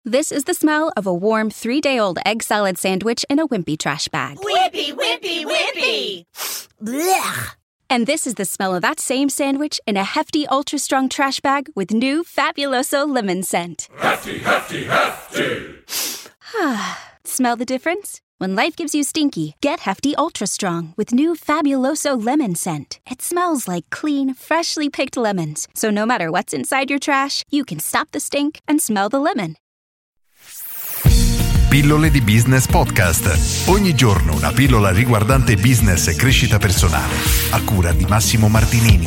This is the smell of a warm 3-day-old egg salad sandwich in a Wimpy trash bag. Wimpy, Wimpy, Wimpy! Blech! And this is the smell of that same sandwich in a hefty, ultra-strong trash bag with new Fabuloso lemon scent. Hefty, hefty, hefty! Smell the difference? When life gives you stinky, get Hefty Ultra Strong with new Fabuloso lemon scent. It smells like clean, freshly picked lemons. So no matter what's inside your trash, you can stop the stink and smell the lemon. Pillole di Business Podcast. Ogni giorno una pillola riguardante business e crescita personale. A cura di Massimo Martinini.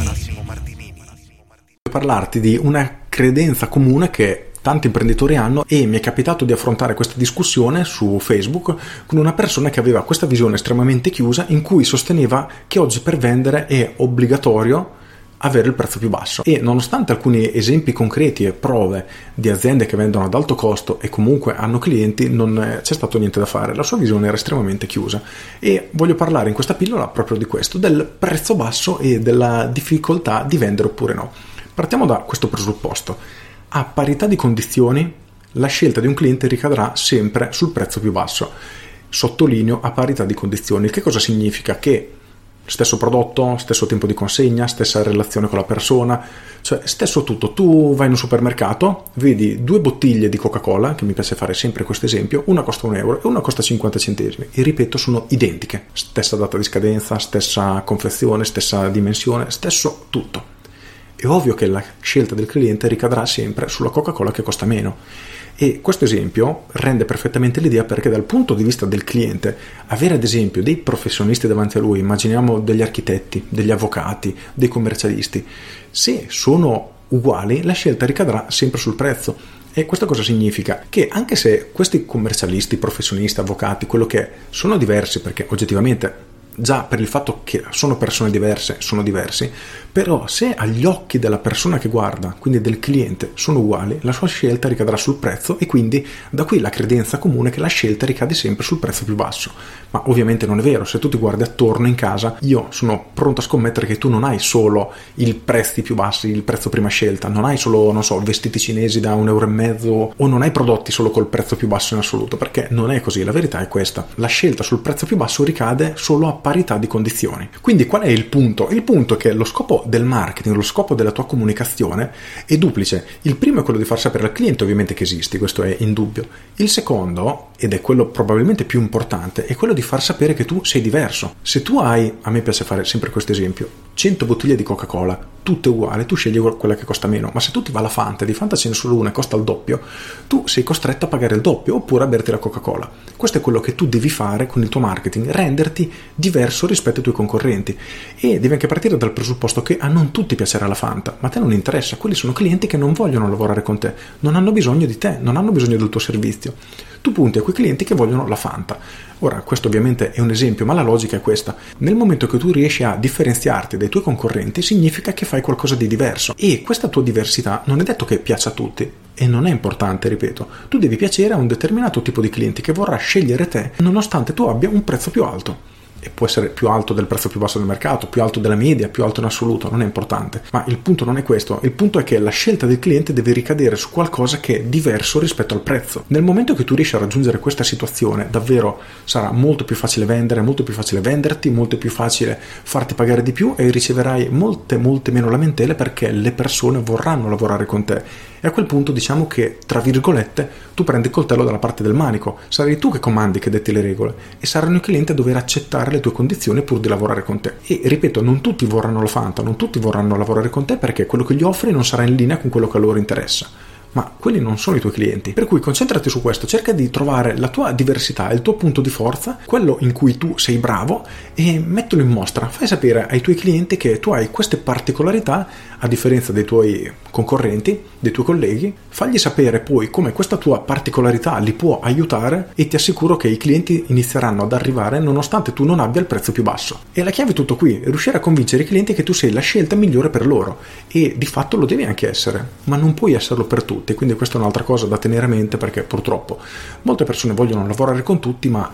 Voglio parlarti di una credenza comune che tanti imprenditori hanno, e mi è capitato di affrontare questa discussione su Facebook con una persona che aveva questa visione estremamente chiusa, in cui sosteneva che oggi per vendere è obbligatorio avere il prezzo più basso. E nonostante alcuni esempi concreti e prove di aziende che vendono ad alto costo e comunque hanno clienti, non c'è stato niente da fare. La sua visione era estremamente chiusa, e voglio parlare in questa pillola proprio di questo, del prezzo basso e della difficoltà di vendere oppure no. Partiamo da questo presupposto: a parità di condizioni la scelta di un cliente ricadrà sempre sul prezzo più basso. Sottolineo a parità di condizioni. Che cosa significa? Che stesso prodotto, stesso tempo di consegna, stessa relazione con la persona, cioè stesso tutto. Tu vai in un supermercato, vedi 2 bottiglie di Coca-Cola, che mi piace fare sempre questo esempio, una costa €1 e una costa 50 centesimi, e ripeto, sono identiche, stessa data di scadenza, stessa confezione, stessa dimensione, stesso tutto. È ovvio che la scelta del cliente ricadrà sempre sulla Coca-Cola che costa meno. E questo esempio rende perfettamente l'idea, perché dal punto di vista del cliente, avere ad esempio dei professionisti davanti a lui, immaginiamo degli architetti, degli avvocati, dei commercialisti, se sono uguali la scelta ricadrà sempre sul prezzo. E questo cosa significa? Che anche se questi commercialisti, professionisti, avvocati, quello che sono diversi, perché oggettivamente già per il fatto che sono persone diverse, sono diversi, però se agli occhi della persona che guarda, quindi del cliente, sono uguali, la sua scelta ricadrà sul prezzo, e quindi da qui la credenza comune che la scelta ricade sempre sul prezzo più basso. Ma ovviamente non è vero. Se tu ti guardi attorno in casa, io sono pronto a scommettere che tu non hai solo i prezzi più bassi, il prezzo prima scelta, non hai solo, non so, vestiti cinesi da €1,50, o non hai prodotti solo col prezzo più basso in assoluto, perché non è così. La verità è questa: la scelta sul prezzo più basso ricade solo a parità di condizioni. Quindi qual è il punto? Il punto è che lo scopo del marketing, lo scopo della tua comunicazione è duplice. Il primo è quello di far sapere al cliente ovviamente che esisti, questo è indubbio. Il secondo, ed è quello probabilmente più importante, è quello di far sapere che tu sei diverso. Se tu hai, a me piace fare sempre questo esempio, 100 bottiglie di Coca-Cola, tutte uguali, tu scegli quella che costa meno. Ma se tu ti va la Fanta, di Fanta ce n'è solo una e costa il doppio, tu sei costretto a pagare il doppio, oppure a berti la Coca-Cola. Questo è quello che tu devi fare con il tuo marketing: renderti diverso rispetto ai tuoi concorrenti. E devi anche partire dal presupposto che a non tutti piacerà la Fanta, ma a te non interessa. Quelli sono clienti che non vogliono lavorare con te, non hanno bisogno di te, non hanno bisogno del tuo servizio. Tu punti a quei clienti che vogliono la Fanta. Ora, questo ovviamente è un esempio, ma la logica è questa: nel momento che tu riesci a differenziarti dai tuoi concorrenti, significa che fai qualcosa di diverso, e questa tua diversità non è detto che piaccia a tutti, e non è importante, ripeto. Tu devi piacere a un determinato tipo di clienti che vorrà scegliere te nonostante tu abbia un prezzo più alto. E può essere più alto del prezzo più basso del mercato, più alto della media, più alto in assoluto, non è importante. Ma il punto non è questo. Il punto è che la scelta del cliente deve ricadere su qualcosa che è diverso rispetto al prezzo. Nel momento che tu riesci a raggiungere questa situazione, davvero sarà molto più facile vendere, molto più facile venderti, molto più facile farti pagare di più, e riceverai molte meno lamentele, perché le persone vorranno lavorare con te. E a quel punto diciamo che, tra virgolette, tu prendi il coltello dalla parte del manico. Sarai tu che comandi, che detti le regole, e saranno i clienti a dover accettare le tue condizioni pur di lavorare con te. E ripeto, non tutti vorranno la Fanta, non tutti vorranno lavorare con te, perché quello che gli offri non sarà in linea con quello che a loro interessa. Ma quelli non sono i tuoi clienti. Per cui concentrati su questo, cerca di trovare la tua diversità, il tuo punto di forza, quello in cui tu sei bravo, e mettilo in mostra. Fai sapere ai tuoi clienti che tu hai queste particolarità, a differenza dei tuoi concorrenti, dei tuoi colleghi. Fagli sapere poi come questa tua particolarità li può aiutare, e ti assicuro che i clienti inizieranno ad arrivare nonostante tu non abbia il prezzo più basso. E la chiave è tutto qui: riuscire a convincere i clienti che tu sei la scelta migliore per loro. E di fatto lo devi anche essere, ma non puoi esserlo per tutti. Quindi questa è un'altra cosa da tenere a mente, perché purtroppo molte persone vogliono lavorare con tutti, ma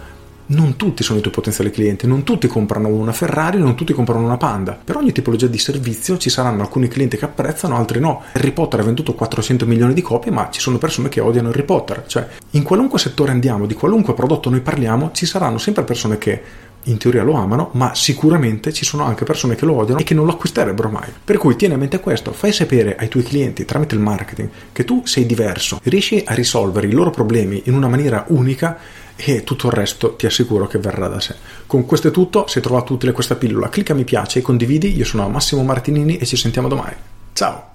non tutti sono i tuoi potenziali clienti, non tutti comprano una Ferrari, non tutti comprano una Panda. Per ogni tipologia di servizio ci saranno alcuni clienti che apprezzano, altri no. Harry Potter ha venduto 400 milioni di copie, ma ci sono persone che odiano Harry Potter. Cioè, in qualunque settore andiamo, di qualunque prodotto noi parliamo, ci saranno sempre persone che in teoria lo amano, ma sicuramente ci sono anche persone che lo odiano e che non lo acquisterebbero mai. Per cui tieni a mente questo, fai sapere ai tuoi clienti tramite il marketing che tu sei diverso, riesci a risolvere i loro problemi in una maniera unica e tutto il resto ti assicuro che verrà da sé. Con questo è tutto, se hai trovato utile questa pillola clicca mi piace e condividi. Io sono Massimo Martinini e ci sentiamo domani. Ciao!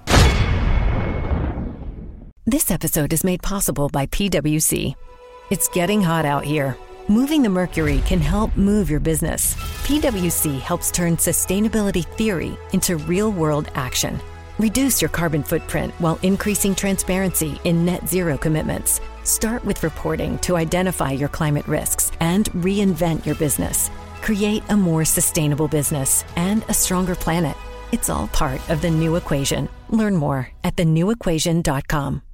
This episode is made possible by PwC. It's getting hot out here. Moving the mercury can help move your business. PwC helps turn sustainability theory into real-world action. Reduce your carbon footprint while increasing transparency in net zero commitments. Start with reporting to identify your climate risks and reinvent your business. Create a more sustainable business and a stronger planet. It's all part of The New Equation. Learn more at thenewequation.com.